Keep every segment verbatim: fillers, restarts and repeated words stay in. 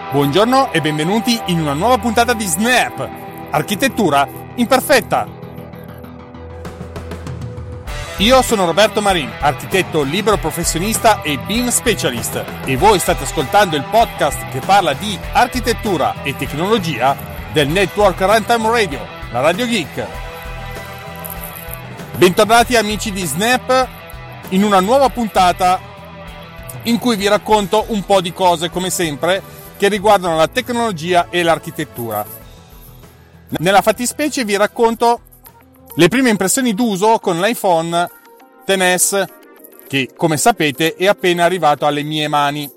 Buongiorno e benvenuti in una nuova puntata di Snap, architettura imperfetta. Io sono Roberto Marin, architetto libero professionista e B I M specialist, e voi state ascoltando il podcast che parla di architettura e tecnologia del Network Runtime Radio, la Radio Geek. Bentornati amici di Snap in una nuova puntata in cui vi racconto un po' di cose, come sempre, che riguardano la tecnologia e l'architettura. Nella fattispecie vi racconto le prime impressioni d'uso con l'iPhone X S, che come sapete è appena arrivato alle mie mani.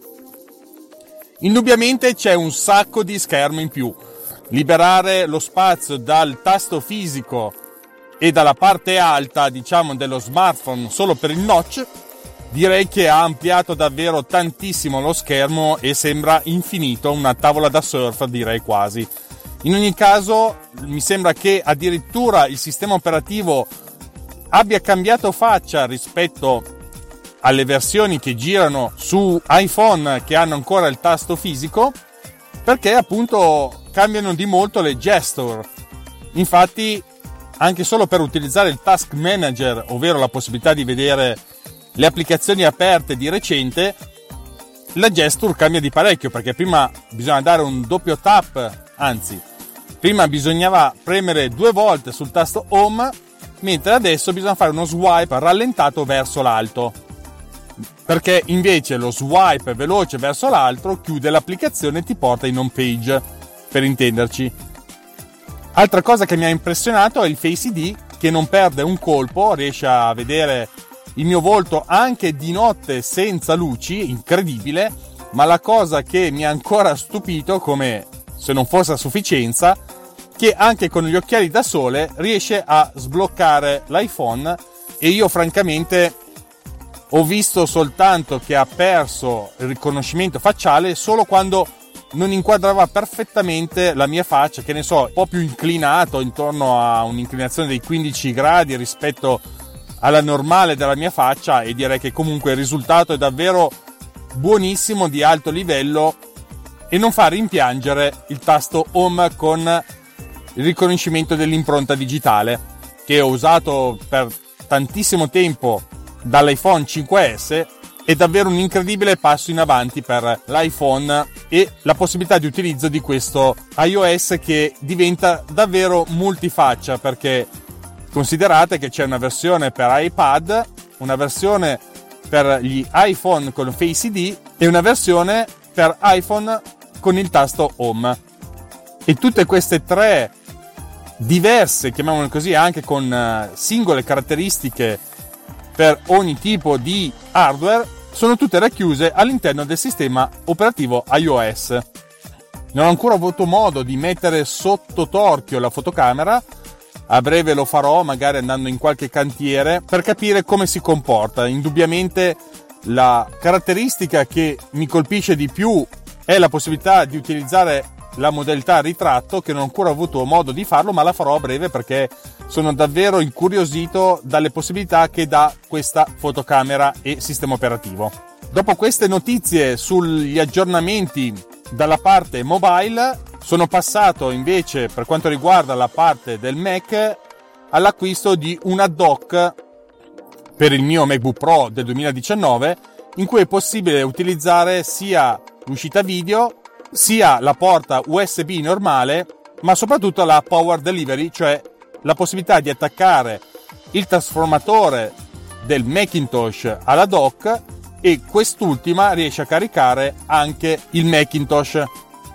Indubbiamente c'è un sacco di schermo in più. Liberare lo spazio dal tasto fisico e dalla parte alta, diciamo, dello smartphone solo per il notch, direi che ha ampliato davvero tantissimo lo schermo e sembra infinito, una tavola da surf direi quasi. In ogni caso mi sembra che addirittura il sistema operativo abbia cambiato faccia rispetto alle versioni che girano su iPhone che hanno ancora il tasto fisico, perché appunto cambiano di molto le gesture. Infatti anche solo per utilizzare il Task Manager, ovvero la possibilità di vedere le applicazioni aperte di recente, la gesture cambia di parecchio, perché prima bisogna dare un doppio tap, anzi prima bisognava premere due volte sul tasto home, mentre adesso bisogna fare uno swipe rallentato verso l'alto, perché invece lo swipe veloce verso l'alto chiude l'applicazione e ti porta in home page, per intenderci. Altra cosa che mi ha impressionato è il Face I D, che non perde un colpo, riesce a vedere il mio volto anche di notte senza luci, incredibile. Ma la cosa che mi ha ancora stupito, come se non fosse a sufficienza, che anche con gli occhiali da sole riesce a sbloccare l'iPhone, e io francamente ho visto soltanto che ha perso il riconoscimento facciale solo quando non inquadrava perfettamente la mia faccia, che ne so, un po' più inclinato, intorno a un'inclinazione dei quindici gradi rispetto alla normale della mia faccia, e direi che comunque il risultato è davvero buonissimo, di alto livello, e non fa rimpiangere il tasto home con il riconoscimento dell'impronta digitale, che ho usato per tantissimo tempo dall'iPhone cinque S. È davvero un incredibile passo in avanti per l'iPhone e la possibilità di utilizzo di questo iOS, che diventa davvero multifaccia, perché considerate che c'è una versione per iPad, una versione per gli iPhone con Face I D e una versione per iPhone con il tasto Home. E tutte queste tre diverse, chiamiamole così, anche con singole caratteristiche per ogni tipo di hardware, sono tutte racchiuse all'interno del sistema operativo iOS. Non ho ancora avuto modo di mettere sotto torchio la fotocamera. A breve lo farò, magari andando in qualche cantiere, per capire come si comporta. Indubbiamente la caratteristica che mi colpisce di più è la possibilità di utilizzare la modalità ritratto, che non ho ancora avuto modo di farlo, ma la farò a breve, perché sono davvero incuriosito dalle possibilità che dà questa fotocamera e sistema operativo. Dopo queste notizie sugli aggiornamenti dalla parte mobile, sono passato invece, per quanto riguarda la parte del Mac, all'acquisto di una dock per il mio MacBook Pro del duemiladiciannove, in cui è possibile utilizzare sia l'uscita video, sia la porta U S B normale, ma soprattutto la Power Delivery, cioè la possibilità di attaccare il trasformatore del Macintosh alla dock, e quest'ultima riesce a caricare anche il Macintosh.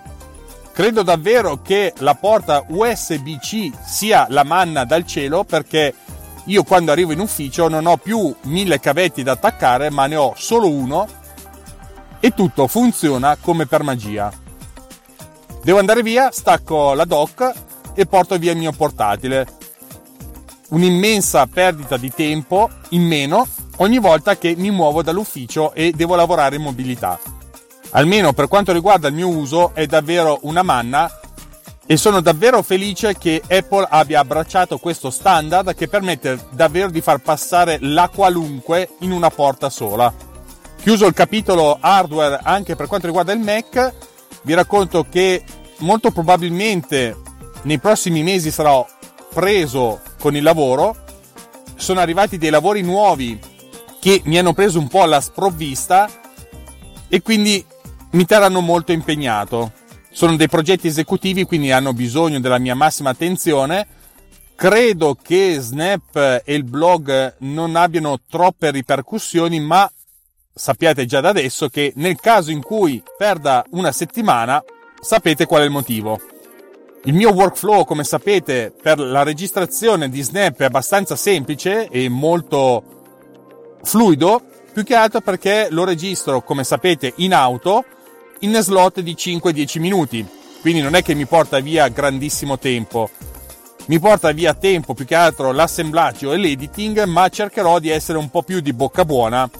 Credo davvero che la porta U S B C sia la manna dal cielo, perché io quando arrivo in ufficio non ho più mille cavetti da attaccare, ma ne ho solo uno, e tutto funziona come per magia. Devo andare via, stacco la dock e porto via il mio portatile. Un'immensa perdita di tempo in meno ogni volta che mi muovo dall'ufficio e devo lavorare in mobilità. Almeno per quanto riguarda il mio uso è davvero una manna, e sono davvero felice che Apple abbia abbracciato questo standard che permette davvero di far passare la qualunque in una porta sola. Chiuso il capitolo hardware anche per quanto riguarda il Mac, vi racconto che molto probabilmente nei prossimi mesi sarò preso con il lavoro. Sono arrivati dei lavori nuovi che mi hanno preso un po' alla sprovvista e quindi mi terranno molto impegnato. Sono dei progetti esecutivi, quindi hanno bisogno della mia massima attenzione. Credo che Snap e il blog non abbiano troppe ripercussioni, ma sappiate già da adesso che nel caso in cui perda una settimana, sapete qual è il motivo. Il mio workflow, come sapete, per la registrazione di Snap è abbastanza semplice e molto fluido, più che altro perché lo registro, come sapete, in auto, in slot di cinque dieci minuti. Quindi non è che mi porta via grandissimo tempo. Mi porta via tempo più che altro l'assemblaggio e l'editing, ma cercherò di essere un po' più di bocca buona,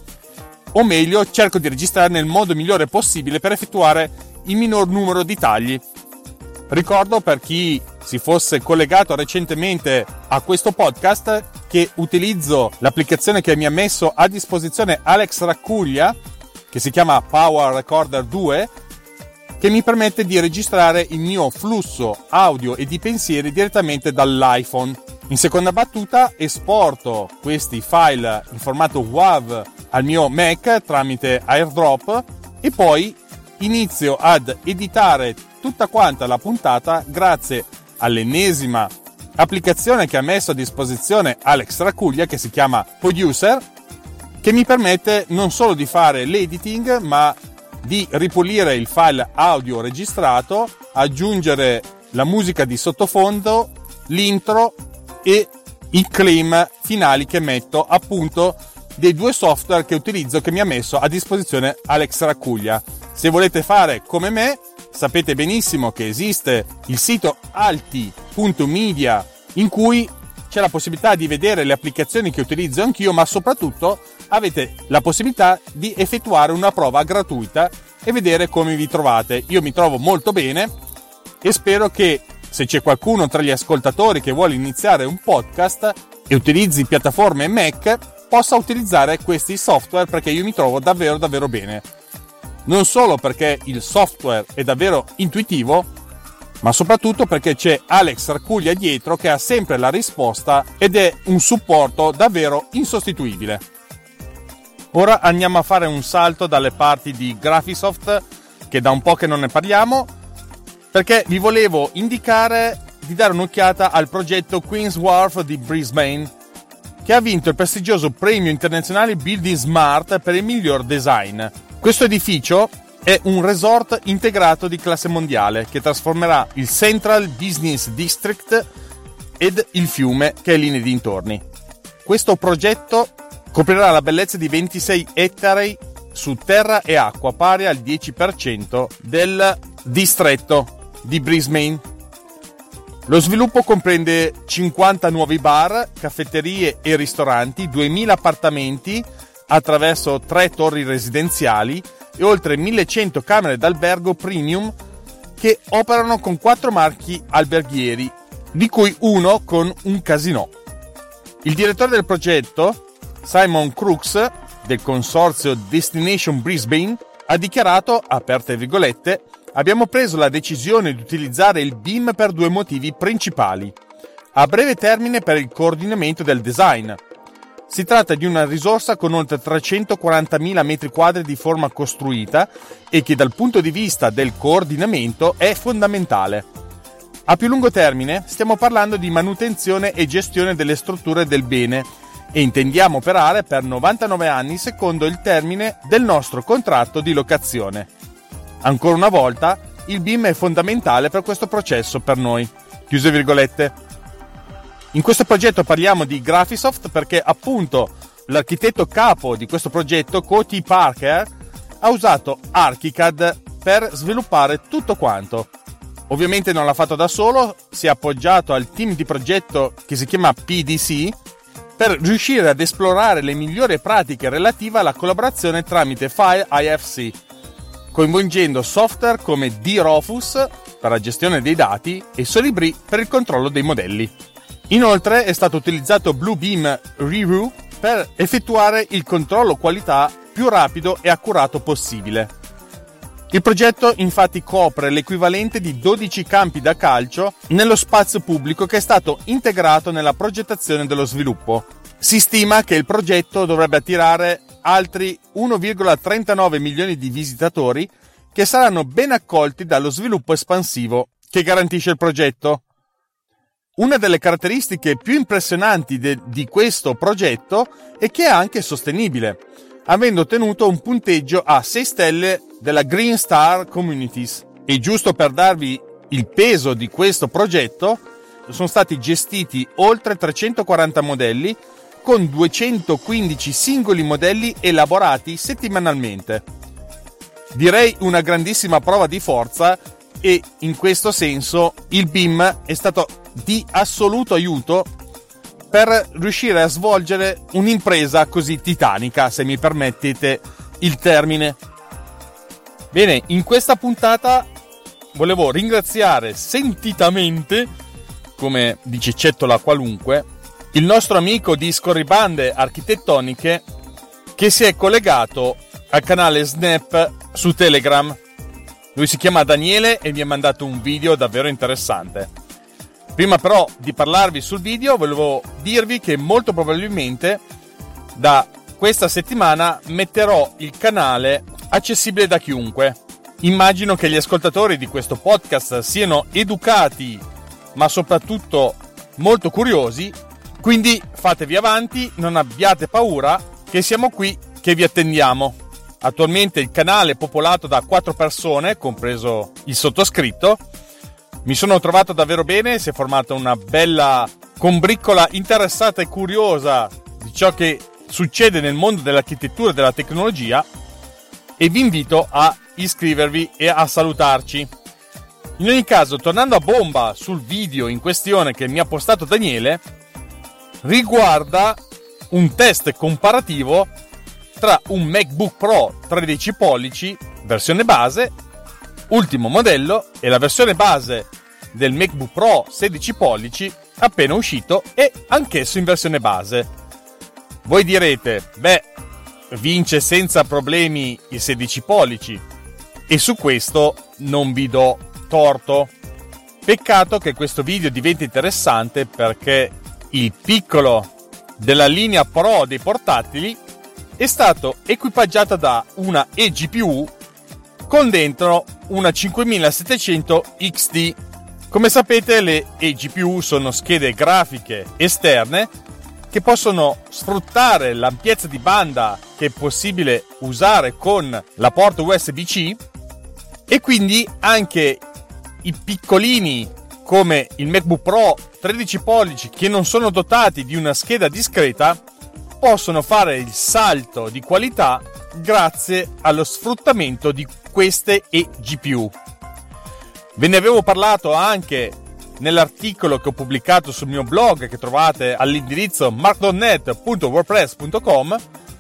o meglio, cerco di registrare nel modo migliore possibile per effettuare il minor numero di tagli. Ricordo, per chi si fosse collegato recentemente a questo podcast, che utilizzo l'applicazione che mi ha messo a disposizione Alex Raccuglia, che si chiama Power Recorder due, che mi permette di registrare il mio flusso audio e di pensieri direttamente dall'iPhone. In seconda battuta esporto questi file in formato W A V al mio Mac tramite AirDrop e poi inizio ad editare tutta quanta la puntata grazie all'ennesima applicazione che ha messo a disposizione Alex Raccuglia, che si chiama Producer, che mi permette non solo di fare l'editing ma di ripulire il file audio registrato, aggiungere la musica di sottofondo, l'intro e i claim finali che metto, appunto, dei due software che utilizzo, che mi ha messo a disposizione Alex Raccuglia. Se volete fare come me, sapete benissimo che esiste il sito alti punto media in cui c'è la possibilità di vedere le applicazioni che utilizzo anch'io, ma soprattutto avete la possibilità di effettuare una prova gratuita e vedere come vi trovate. Io mi trovo molto bene e spero che, se c'è qualcuno tra gli ascoltatori che vuole iniziare un podcast e utilizzi piattaforme Mac, possa utilizzare questi software, perché io mi trovo davvero davvero bene. Non solo perché il software è davvero intuitivo, ma soprattutto perché c'è Alex Raccuglia dietro che ha sempre la risposta ed è un supporto davvero insostituibile. Ora andiamo a fare un salto dalle parti di Graphisoft, che da un po' che non ne parliamo, perché vi volevo indicare di dare un'occhiata al progetto Queen's Wharf di Brisbane, che ha vinto il prestigioso premio internazionale Building Smart per il miglior design. Questo edificio è un resort integrato di classe mondiale che trasformerà il Central Business District ed il fiume che è lì nei dintorni. Questo progetto coprirà la bellezza di ventisei ettari su terra e acqua, pari al dieci per cento del distretto di Brisbane. Lo sviluppo comprende cinquanta nuovi bar, caffetterie e ristoranti, duemila appartamenti attraverso tre torri residenziali e oltre millecento camere d'albergo premium che operano con quattro marchi alberghieri, di cui uno con un casinò. Il direttore del progetto, Simon Crooks, del consorzio Destination Brisbane, ha dichiarato, aperte virgolette, abbiamo preso la decisione di utilizzare il B I M per due motivi principali. A breve termine, per il coordinamento del design. Si tratta di una risorsa con oltre trecentoquarantamila metri quadri di forma costruita e che dal punto di vista del coordinamento è fondamentale. A più lungo termine stiamo parlando di manutenzione e gestione delle strutture del bene e intendiamo operare per novantanove anni secondo il termine del nostro contratto di locazione. Ancora una volta, il B I M è fondamentale per questo processo per noi. Chiuse virgolette. In questo progetto parliamo di Graphisoft perché appunto l'architetto capo di questo progetto, Cody Parker, ha usato Archicad per sviluppare tutto quanto. Ovviamente non l'ha fatto da solo, si è appoggiato al team di progetto che si chiama P D C per riuscire ad esplorare le migliori pratiche relative alla collaborazione tramite File I F C, coinvolgendo software come D-Rofus per la gestione dei dati e Solibri per il controllo dei modelli. Inoltre è stato utilizzato Bluebeam Review per effettuare il controllo qualità più rapido e accurato possibile. Il progetto infatti copre l'equivalente di dodici campi da calcio nello spazio pubblico che è stato integrato nella progettazione dello sviluppo. Si stima che il progetto dovrebbe attirare altri uno virgola trentanove milioni di visitatori che saranno ben accolti dallo sviluppo espansivo che garantisce il progetto. Una delle caratteristiche più impressionanti de- di questo progetto è che è anche sostenibile, avendo ottenuto un punteggio a sei stelle della Green Star Communities. E giusto per darvi il peso di questo progetto, sono stati gestiti oltre trecentoquaranta modelli con duecentoquindici singoli modelli elaborati settimanalmente. Direi una grandissima prova di forza, e in questo senso il B I M è stato di assoluto aiuto per riuscire a svolgere un'impresa così titanica, se mi permettete il termine. Bene, in questa puntata volevo ringraziare sentitamente, come dice Cettola Qualunque, il nostro amico di Scorribande Architettoniche che si è collegato al canale Snap su Telegram. Lui si chiama Daniele e mi ha mandato un video davvero interessante. Prima però di parlarvi sul video, volevo dirvi che molto probabilmente da questa settimana metterò il canale accessibile da chiunque. Immagino che gli ascoltatori di questo podcast siano educati, ma soprattutto molto curiosi, quindi fatevi avanti, non abbiate paura, che siamo qui, che vi attendiamo. Attualmente il canale è popolato da quattro persone, compreso il sottoscritto. Mi sono trovato davvero bene, si è formata una bella combriccola interessata e curiosa di ciò che succede nel mondo dell'architettura e della tecnologia, e vi invito a iscrivervi e a salutarci. In ogni caso, tornando a bomba sul video in questione che mi ha postato Daniele, riguarda un test comparativo tra un MacBook Pro tredici pollici versione base, ultimo modello, e la versione base del MacBook Pro sedici pollici appena uscito e anch'esso in versione base. Voi direte, beh, vince senza problemi il sedici pollici, e su questo non vi do torto. Peccato che questo video diventi interessante, perché il piccolo della linea Pro dei portatili è stato equipaggiato da una eGPU con dentro una cinquemilasettecento X T. Come sapete, le eGPU sono schede grafiche esterne che possono sfruttare l'ampiezza di banda che è possibile usare con la porta U S B C, e quindi anche i piccolini come il MacBook Pro tredici pollici che non sono dotati di una scheda discreta possono fare il salto di qualità grazie allo sfruttamento di queste eGPU. Ve ne avevo parlato anche nell'articolo che ho pubblicato sul mio blog, che trovate all'indirizzo mark punto net punto wordpress punto com,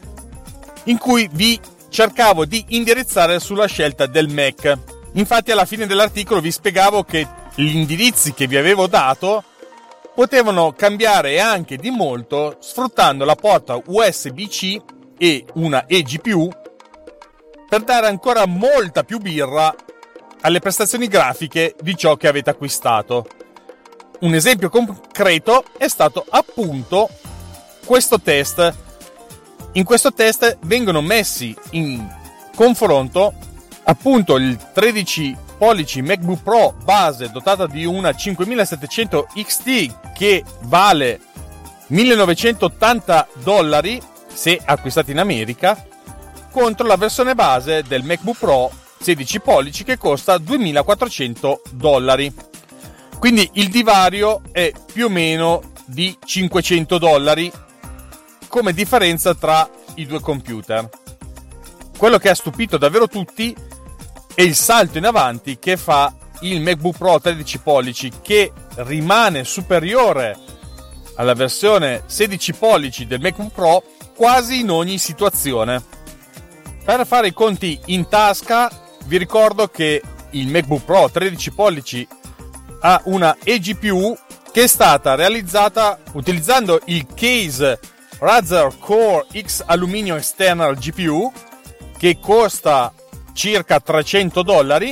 in cui vi cercavo di indirizzare sulla scelta del Mac. Infatti alla fine dell'articolo vi spiegavo che gli indirizzi che vi avevo dato potevano cambiare anche di molto sfruttando la porta U S B C e una eGPU per dare ancora molta più birra alle prestazioni grafiche di ciò che avete acquistato. Un esempio concreto è stato appunto questo test. In questo test vengono messi in confronto appunto il tredici pollici MacBook Pro base dotata di una cinquemilasettecento X T che vale millenovecentottanta dollari se acquistati in America, contro la versione base del MacBook Pro sedici pollici che costa duemilaquattrocento dollari. Quindi il divario è più o meno di cinquecento dollari come differenza tra i due computer. Quello che ha stupito davvero tutti è il salto in avanti che fa il MacBook Pro tredici pollici, che rimane superiore alla versione sedici pollici del MacBook Pro quasi in ogni situazione. Per fare i conti in tasca, vi ricordo che il MacBook Pro tredici pollici ha una eGPU che è stata realizzata utilizzando il case Razer Core X Aluminium External G P U, che costa circa trecento dollari,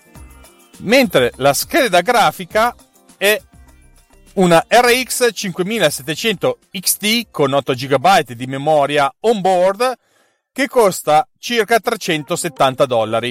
mentre la scheda grafica è una R X cinquemilasettecento X T con otto giga di memoria on board che costa circa trecentosettanta dollari.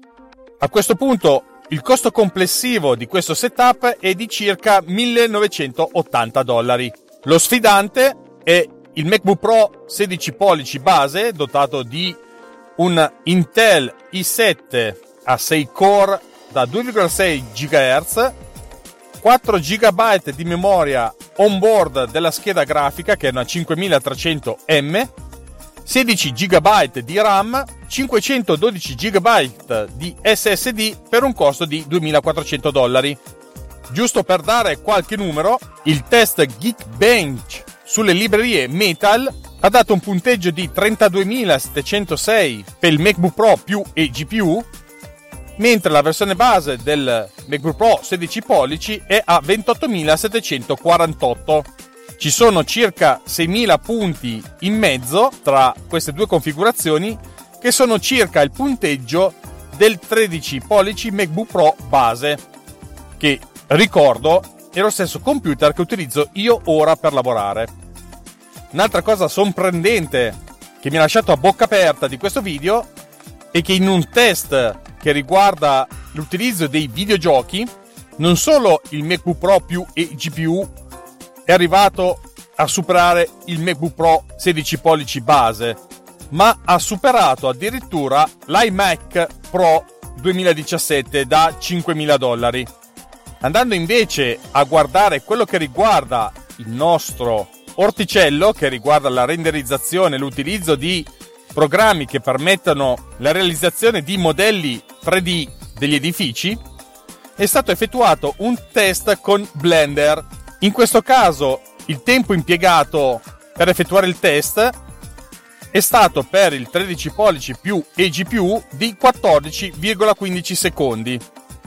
A questo punto il costo complessivo di questo setup è di circa millenovecentottanta dollari. Lo sfidante è il MacBook Pro sedici pollici base dotato di un Intel i sette a sei core da due virgola sei gigahertz, quattro giga di memoria on board della scheda grafica che è una cinquemilatrecento M, sedici giga di RAM, cinquecentododici giga di S S D per un costo di duemilaquattrocento dollari. Giusto per dare qualche numero, il test Geekbench sulle librerie Metal ha dato un punteggio di trentaduemilasettecentosei per il MacBook Pro più e G P U, mentre la versione base del MacBook Pro sedici pollici è a ventottomilasettecentoquarantotto. Ci sono circa seimila punti in mezzo tra queste due configurazioni, che sono circa il punteggio del tredici pollici MacBook Pro base, che ricordo è lo stesso computer che utilizzo io ora per lavorare. Un'altra cosa sorprendente che mi ha lasciato a bocca aperta di questo video è che in un test che riguarda l'utilizzo dei videogiochi, non solo il MacBook Pro più e G P U è arrivato a superare il MacBook Pro sedici pollici base, ma ha superato addirittura l'iMac Pro duemiladiciassette da cinquemila dollari. Andando invece a guardare quello che riguarda il nostro orticello, che riguarda la renderizzazione e l'utilizzo di programmi che permettono la realizzazione di modelli tre D degli edifici, è stato effettuato un test con Blender. In questo caso il tempo impiegato per effettuare il test è stato per il tredici pollici più e G P U di quattordici virgola quindici secondi,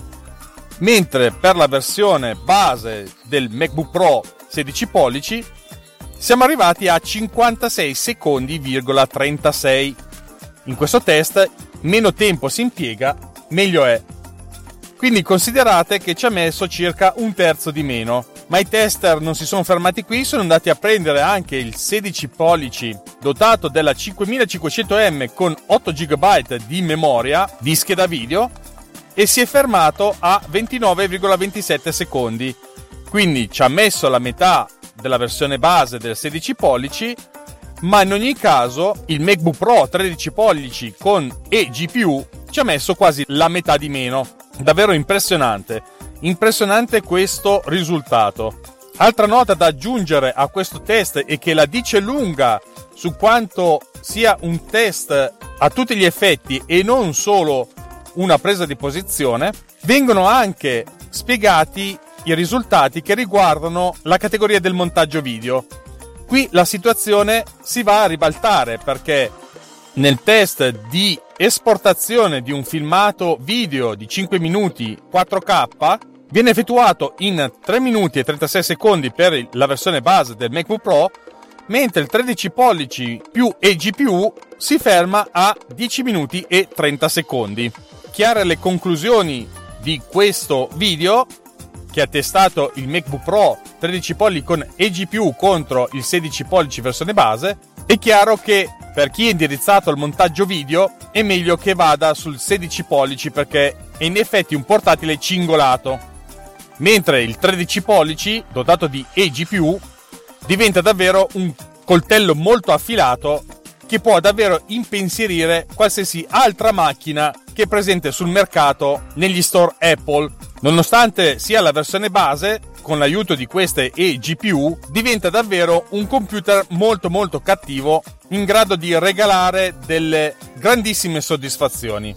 mentre per la versione base del MacBook Pro sedici pollici siamo arrivati a cinquantasei secondi virgola trentasei. In questo test meno tempo si impiega, meglio è. Quindi considerate che ci ha messo circa un terzo di meno. Ma i tester non si sono fermati qui, sono andati a prendere anche il sedici pollici dotato della cinquemilacinquecento M con otto giga di memoria di scheda video e si è fermato a ventinove virgola ventisette secondi. Quindi ci ha messo la metà della versione base del sedici pollici, ma in ogni caso il MacBook Pro tredici pollici con e G P U ci ha messo quasi la metà di meno. Davvero impressionante. Impressionante questo risultato. Altra nota da aggiungere a questo test è che la dice lunga su quanto sia un test a tutti gli effetti e non solo una presa di posizione. Vengono anche spiegati i risultati che riguardano la categoria del montaggio video. Qui la situazione si va a ribaltare, perché nel test di esportazione di un filmato video di cinque minuti quattro K viene effettuato in tre minuti e trentasei secondi per la versione base del MacBook Pro, mentre il tredici pollici più e G P U si ferma a dieci minuti e trenta secondi. Chiare le conclusioni di questo video, che ha testato il MacBook Pro tredici pollici con e G P U contro il sedici pollici versione base, è chiaro che per chi è indirizzato al montaggio video è meglio che vada sul sedici pollici, perché è in effetti un portatile cingolato, mentre il tredici pollici dotato di e G P U diventa davvero un coltello molto affilato che può davvero impensierire qualsiasi altra macchina che è presente sul mercato negli store Apple. Nonostante sia la versione base, con l'aiuto di queste e G P U diventa davvero un computer molto molto cattivo, in grado di regalare delle grandissime soddisfazioni.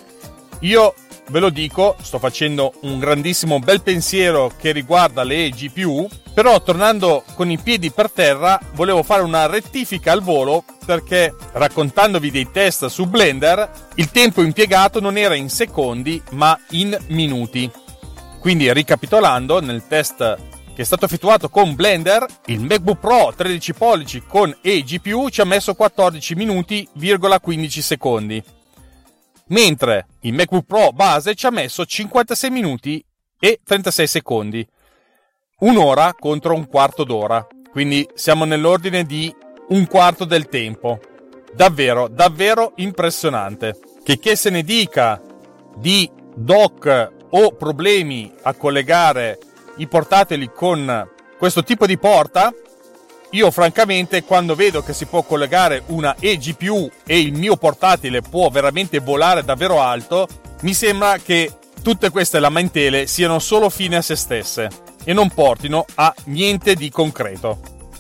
Io ve lo dico, sto facendo un grandissimo bel pensiero che riguarda le e G P U, però tornando con i piedi per terra volevo fare una rettifica al volo, perché raccontandovi dei test su Blender il tempo impiegato non era in secondi ma in minuti. Quindi ricapitolando, nel test che è stato effettuato con Blender, il MacBook Pro tredici pollici con e G P U ci ha messo quattordici minuti virgola quindici secondi, mentre il MacBook Pro base ci ha messo cinquantasei minuti e trentasei secondi, un'ora contro un quarto d'ora, quindi siamo nell'ordine di un quarto del tempo. Davvero, davvero impressionante. Che che se ne dica di dock o problemi a collegare i portatili con questo tipo di porta, io francamente quando vedo che si può collegare una eGPU e il mio portatile può veramente volare davvero alto, mi sembra che tutte queste lamentele siano solo fine a se stesse e non portino a niente di concreto.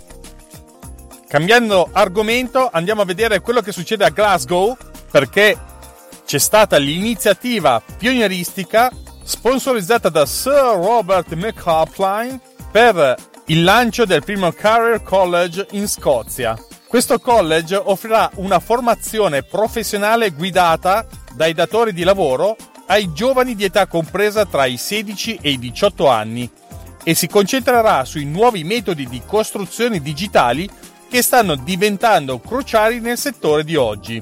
Cambiando argomento, andiamo a vedere quello che succede a Glasgow, perché c'è stata l'iniziativa pionieristica sponsorizzata da Sir Robert McAlpine per il lancio del primo Career College in Scozia. Questo college offrirà una formazione professionale guidata dai datori di lavoro ai giovani di età compresa tra i sedici e i diciotto anni e si concentrerà sui nuovi metodi di costruzioni digitali che stanno diventando cruciali nel settore di oggi.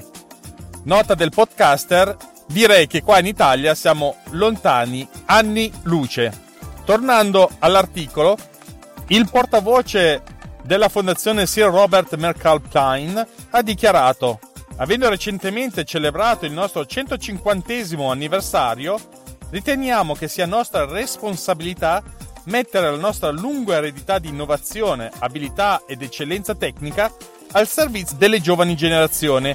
Nota del podcaster, direi che qua in Italia siamo lontani anni luce. Tornando all'articolo, il portavoce della fondazione Sir Robert McAlpine ha dichiarato: avendo recentemente celebrato il nostro centocinquantesimo anniversario, riteniamo che sia nostra responsabilità mettere la nostra lunga eredità di innovazione, abilità ed eccellenza tecnica al servizio delle giovani generazioni.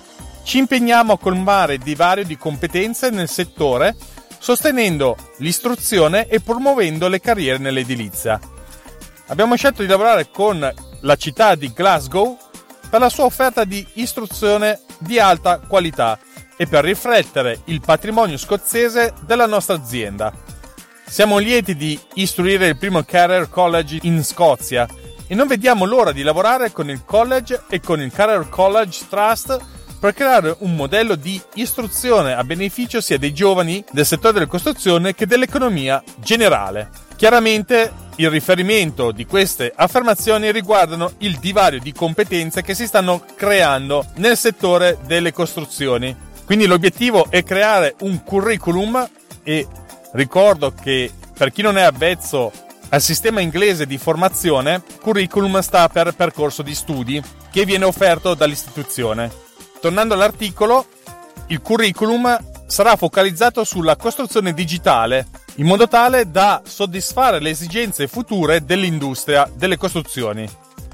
Ci impegniamo a colmare il divario di competenze nel settore, sostenendo l'istruzione e promuovendo le carriere nell'edilizia. Abbiamo scelto di lavorare con la città di Glasgow per la sua offerta di istruzione di alta qualità e per riflettere il patrimonio scozzese della nostra azienda. Siamo lieti di istruire il primo Career College in Scozia e non vediamo l'ora di lavorare con il college e con il Career College Trust per creare un modello di istruzione a beneficio sia dei giovani del settore della costruzione che dell'economia generale. Chiaramente il riferimento di queste affermazioni riguardano il divario di competenze che si stanno creando nel settore delle costruzioni. Quindi l'obiettivo è creare un curriculum e ricordo che per chi non è avvezzo al sistema inglese di formazione, curriculum sta per percorso di studi che viene offerto dall'istituzione. Tornando all'articolo, il curriculum sarà focalizzato sulla costruzione digitale in modo tale da soddisfare le esigenze future dell'industria delle costruzioni.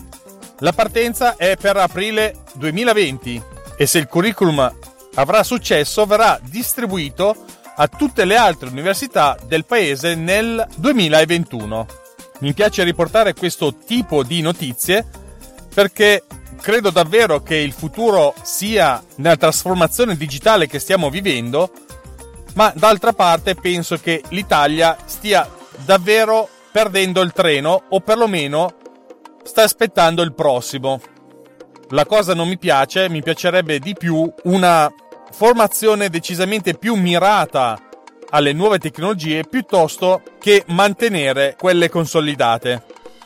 La partenza è per aprile duemilaventi e se il curriculum avrà successo verrà distribuito a tutte le altre università del paese nel duemilaventuno. Mi piace riportare questo tipo di notizie perché credo davvero che il futuro sia nella trasformazione digitale che stiamo vivendo, ma d'altra parte penso che l'Italia stia davvero perdendo il treno o perlomeno sta aspettando il prossimo. La cosa non mi piace, mi piacerebbe di più una formazione decisamente più mirata alle nuove tecnologie piuttosto che mantenere quelle consolidate.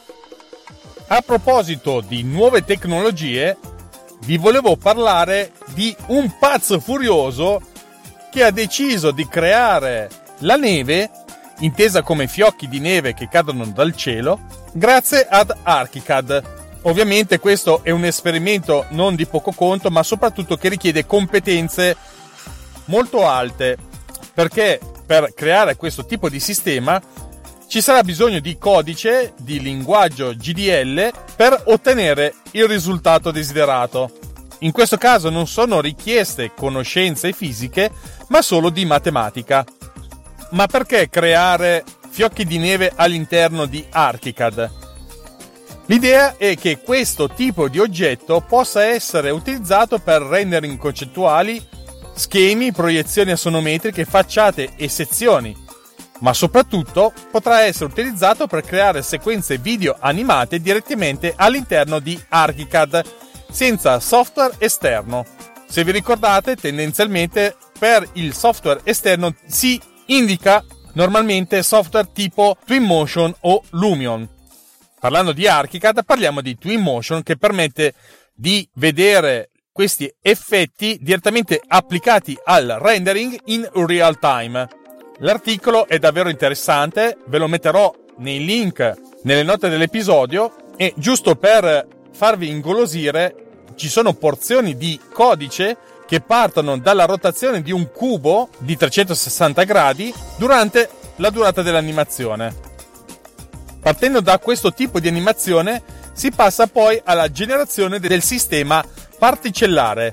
A proposito di nuove tecnologie, vi volevo parlare di un pazzo furioso che ha deciso di creare la neve, intesa come fiocchi di neve che cadono dal cielo, grazie ad ArchiCAD. Ovviamente questo è un esperimento non di poco conto, ma soprattutto che richiede competenze molto alte, perché per creare questo tipo di sistema ci sarà bisogno di codice, di linguaggio G D L per ottenere il risultato desiderato. In questo caso non sono richieste conoscenze fisiche, ma solo di matematica. Ma perché creare fiocchi di neve all'interno di ArchiCAD? L'idea è che questo tipo di oggetto possa essere utilizzato per rendering concettuali, schemi, proiezioni assonometriche, facciate e sezioni, ma soprattutto potrà essere utilizzato per creare sequenze video animate direttamente all'interno di ArchiCAD, senza software esterno. Se vi ricordate, tendenzialmente per il software esterno si indica normalmente software tipo Twinmotion o Lumion. Parlando di ArchiCAD, parliamo di Twinmotion, che permette di vedere questi effetti direttamente applicati al rendering in real time. L'articolo è davvero interessante, ve lo metterò nei link nelle note dell'episodio e giusto per farvi ingolosire ci sono porzioni di codice che partono dalla rotazione di un cubo di trecentosessanta gradi durante la durata dell'animazione. Partendo da questo tipo di animazione si passa poi alla generazione del sistema particellare.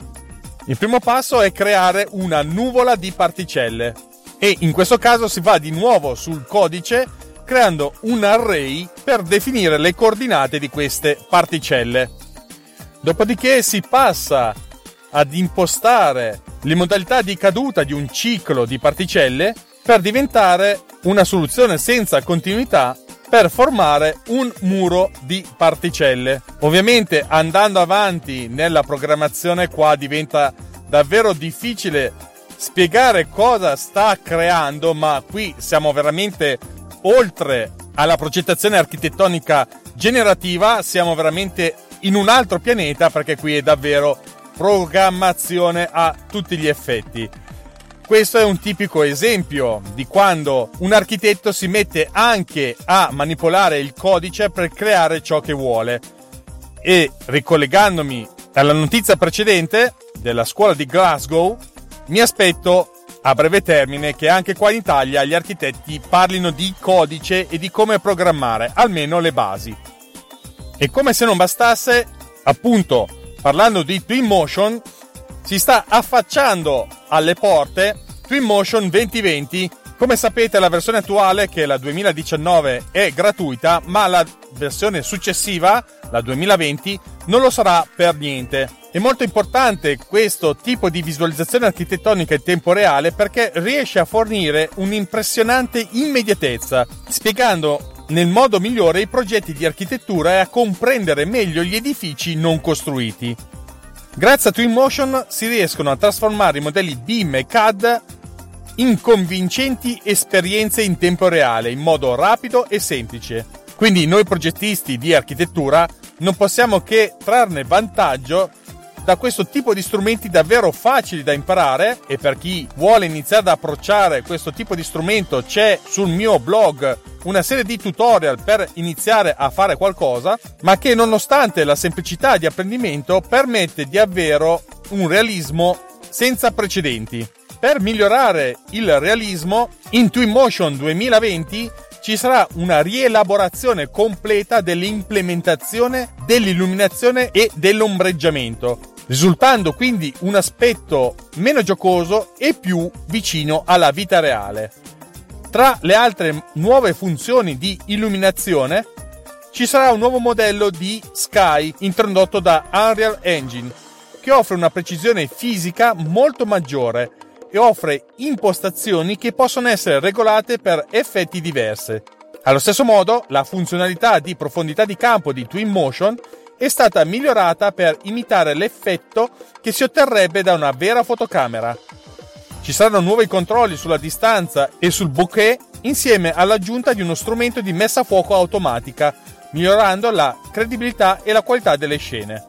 Il primo passo è creare una nuvola di particelle e in questo caso si va di nuovo sul codice creando un array per definire le coordinate di queste particelle. Dopodiché si passa ad impostare le modalità di caduta di un ciclo di particelle per diventare una soluzione senza continuità per formare un muro di particelle. Ovviamente andando avanti nella programmazione qua diventa davvero difficile spiegare cosa sta creando, ma qui siamo veramente oltre alla progettazione architettonica generativa, siamo veramente in un altro pianeta perché qui è davvero programmazione a tutti gli effetti. Questo è un tipico esempio di quando un architetto si mette anche a manipolare il codice per creare ciò che vuole. E ricollegandomi alla notizia precedente della scuola di Glasgow, mi aspetto a breve termine che anche qua in Italia gli architetti parlino di codice e di come programmare, almeno le basi. E come se non bastasse, appunto, parlando di Twinmotion, si sta affacciando alle porte Twinmotion duemilaventi. Come sapete la versione attuale, che è la duemiladiciannove, è gratuita, ma la versione successiva, la duemilaventi, non lo sarà per niente. È molto importante questo tipo di visualizzazione architettonica in tempo reale perché riesce a fornire un'impressionante immediatezza, spiegando nel modo migliore i progetti di architettura e a comprendere meglio gli edifici non costruiti. Grazie a Twinmotion si riescono a trasformare i modelli B I M e C A D in convincenti esperienze in tempo reale, in modo rapido e semplice. Quindi noi progettisti di architettura non possiamo che trarne vantaggio da questo tipo di strumenti davvero facili da imparare, e per chi vuole iniziare ad approcciare questo tipo di strumento c'è sul mio blog una serie di tutorial per iniziare a fare qualcosa, ma che nonostante la semplicità di apprendimento permette di avere un realismo senza precedenti. Per migliorare il realismo, in Twinmotion duemilaventi ci sarà una rielaborazione completa dell'implementazione dell'illuminazione e dell'ombreggiamento, risultando quindi un aspetto meno giocoso e più vicino alla vita reale. Tra le altre nuove funzioni di illuminazione ci sarà un nuovo modello di Sky introdotto da Unreal Engine che offre una precisione fisica molto maggiore e offre impostazioni che possono essere regolate per effetti diversi. Allo stesso modo, la funzionalità di profondità di campo di Twinmotion è stata migliorata per imitare l'effetto che si otterrebbe da una vera fotocamera. Ci saranno nuovi controlli sulla distanza e sul bokeh insieme all'aggiunta di uno strumento di messa a fuoco automatica, migliorando la credibilità e la qualità delle scene.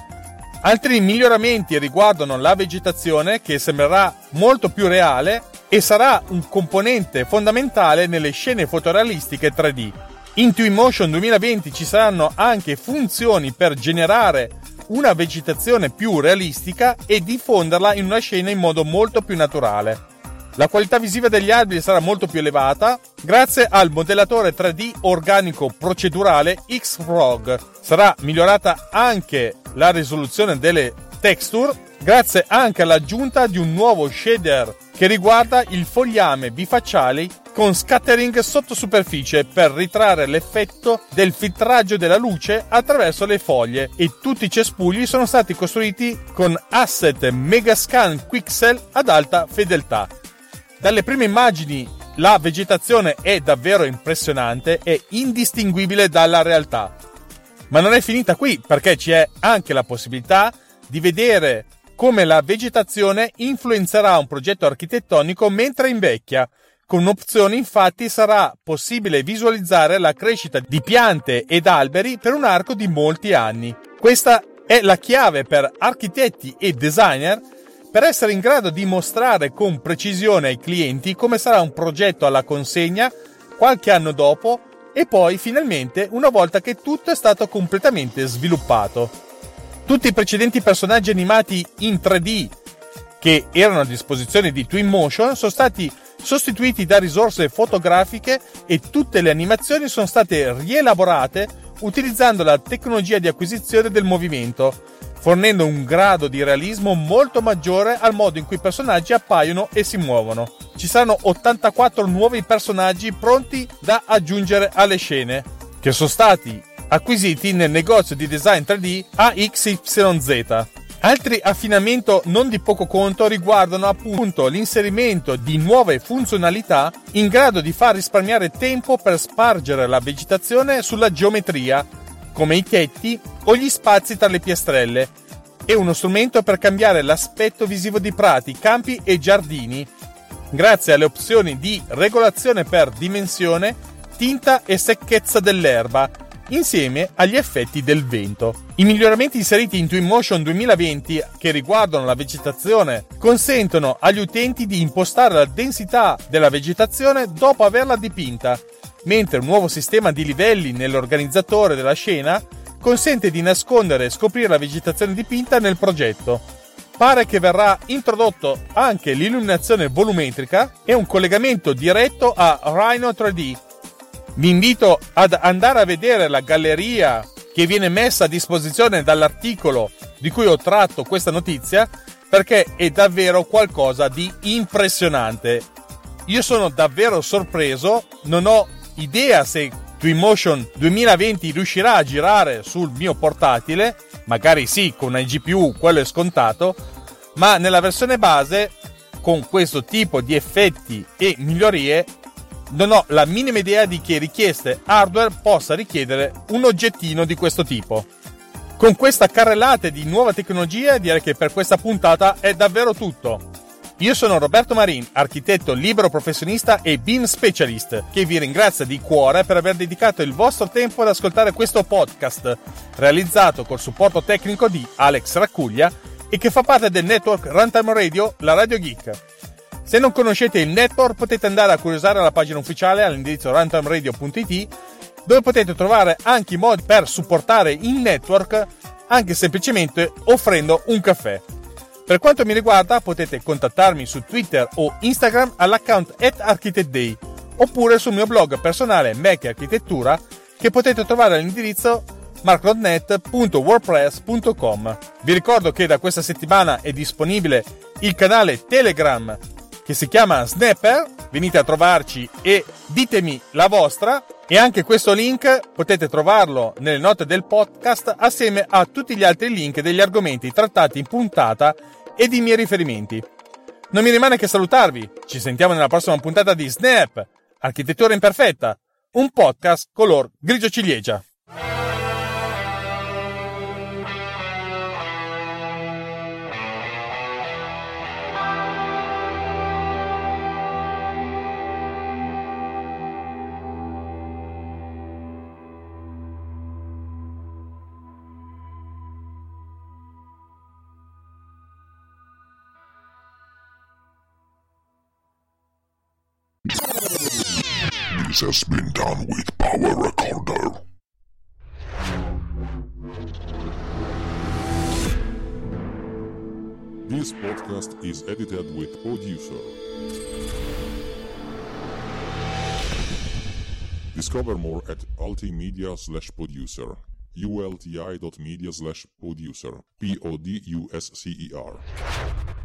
Altri miglioramenti riguardano la vegetazione, che sembrerà molto più reale e sarà un componente fondamentale nelle scene fotorealistiche tre D. In Twinmotion duemilaventi ci saranno anche funzioni per generare una vegetazione più realistica e diffonderla in una scena in modo molto più naturale. La qualità visiva degli alberi sarà molto più elevata grazie al modellatore tre D organico procedurale Xfrog. Sarà migliorata anche la risoluzione delle texture grazie anche all'aggiunta di un nuovo shader che riguarda il fogliame bifacciali con scattering sotto superficie per ritrarre l'effetto del filtraggio della luce attraverso le foglie, e tutti i cespugli sono stati costruiti con asset Megascan Quixel ad alta fedeltà. Dalle prime immagini la vegetazione è davvero impressionante e indistinguibile dalla realtà. Ma non è finita qui, perché c'è anche la possibilità di vedere come la vegetazione influenzerà un progetto architettonico mentre invecchia. Con un'opzione infatti sarà possibile visualizzare la crescita di piante ed alberi per un arco di molti anni. Questa è la chiave per architetti e designer per essere in grado di mostrare con precisione ai clienti come sarà un progetto alla consegna qualche anno dopo e poi finalmente una volta che tutto è stato completamente sviluppato. Tutti i precedenti personaggi animati in tre D che erano a disposizione di Twinmotion sono stati sostituiti da risorse fotografiche e tutte le animazioni sono state rielaborate utilizzando la tecnologia di acquisizione del movimento, fornendo un grado di realismo molto maggiore al modo in cui i personaggi appaiono e si muovono. Ci saranno ottantaquattro nuovi personaggi pronti da aggiungere alle scene, che sono stati acquisiti nel negozio di design tre D A X Y Z. Altri affinamenti non di poco conto riguardano appunto l'inserimento di nuove funzionalità in grado di far risparmiare tempo per spargere la vegetazione sulla geometria, come i tetti o gli spazi tra le piastrelle, e uno strumento per cambiare l'aspetto visivo di prati, campi e giardini, grazie alle opzioni di regolazione per dimensione, tinta e secchezza dell'erba, insieme agli effetti del vento. I miglioramenti inseriti in Twinmotion duemilaventi che riguardano la vegetazione consentono agli utenti di impostare la densità della vegetazione dopo averla dipinta, mentre un nuovo sistema di livelli nell'organizzatore della scena consente di nascondere e scoprire la vegetazione dipinta nel progetto. Pare che verrà introdotto anche l'illuminazione volumetrica e un collegamento diretto a Rhino tre D. Vi invito ad andare a vedere la galleria che viene messa a disposizione dall'articolo di cui ho tratto questa notizia, perché è davvero qualcosa di impressionante. Io sono davvero sorpreso, non ho idea se Twinmotion duemilaventi riuscirà a girare sul mio portatile, magari sì, con una G P U, quello è scontato, ma nella versione base, con questo tipo di effetti e migliorie, non ho la minima idea di che richieste hardware possa richiedere un oggettino di questo tipo. Con questa carrellata di nuova tecnologia direi che per questa puntata è davvero tutto. Io sono Roberto Marin, architetto libero professionista e B I M specialist, che vi ringrazia di cuore per aver dedicato il vostro tempo ad ascoltare questo podcast, realizzato col supporto tecnico di Alex Raccuglia e che fa parte del network Runtime Radio, la Radio Geek. Se non conoscete il network potete andare a curiosare la pagina ufficiale all'indirizzo runtimeradio punto it, dove potete trovare anche i modi per supportare il network, anche semplicemente offrendo un caffè. Per quanto mi riguarda potete contattarmi su Twitter o Instagram all'account at architectday, oppure sul mio blog personale Mac e Architettura, che potete trovare all'indirizzo mark punto net punto wordpress punto com. Vi ricordo che da questa settimana è disponibile il canale Telegram che si chiama Snapper, venite a trovarci e ditemi la vostra, e anche questo link potete trovarlo nelle note del podcast assieme a tutti gli altri link degli argomenti trattati in puntata e di miei riferimenti. Non mi rimane che salutarvi, ci sentiamo nella prossima puntata di Snap, Architettura Imperfetta, un podcast color grigio ciliegia. This has been done with Power Recorder. This podcast is edited with Producer. Discover more at ultimedia slash producer. ulti dot media slash producer. P O D U S C E R.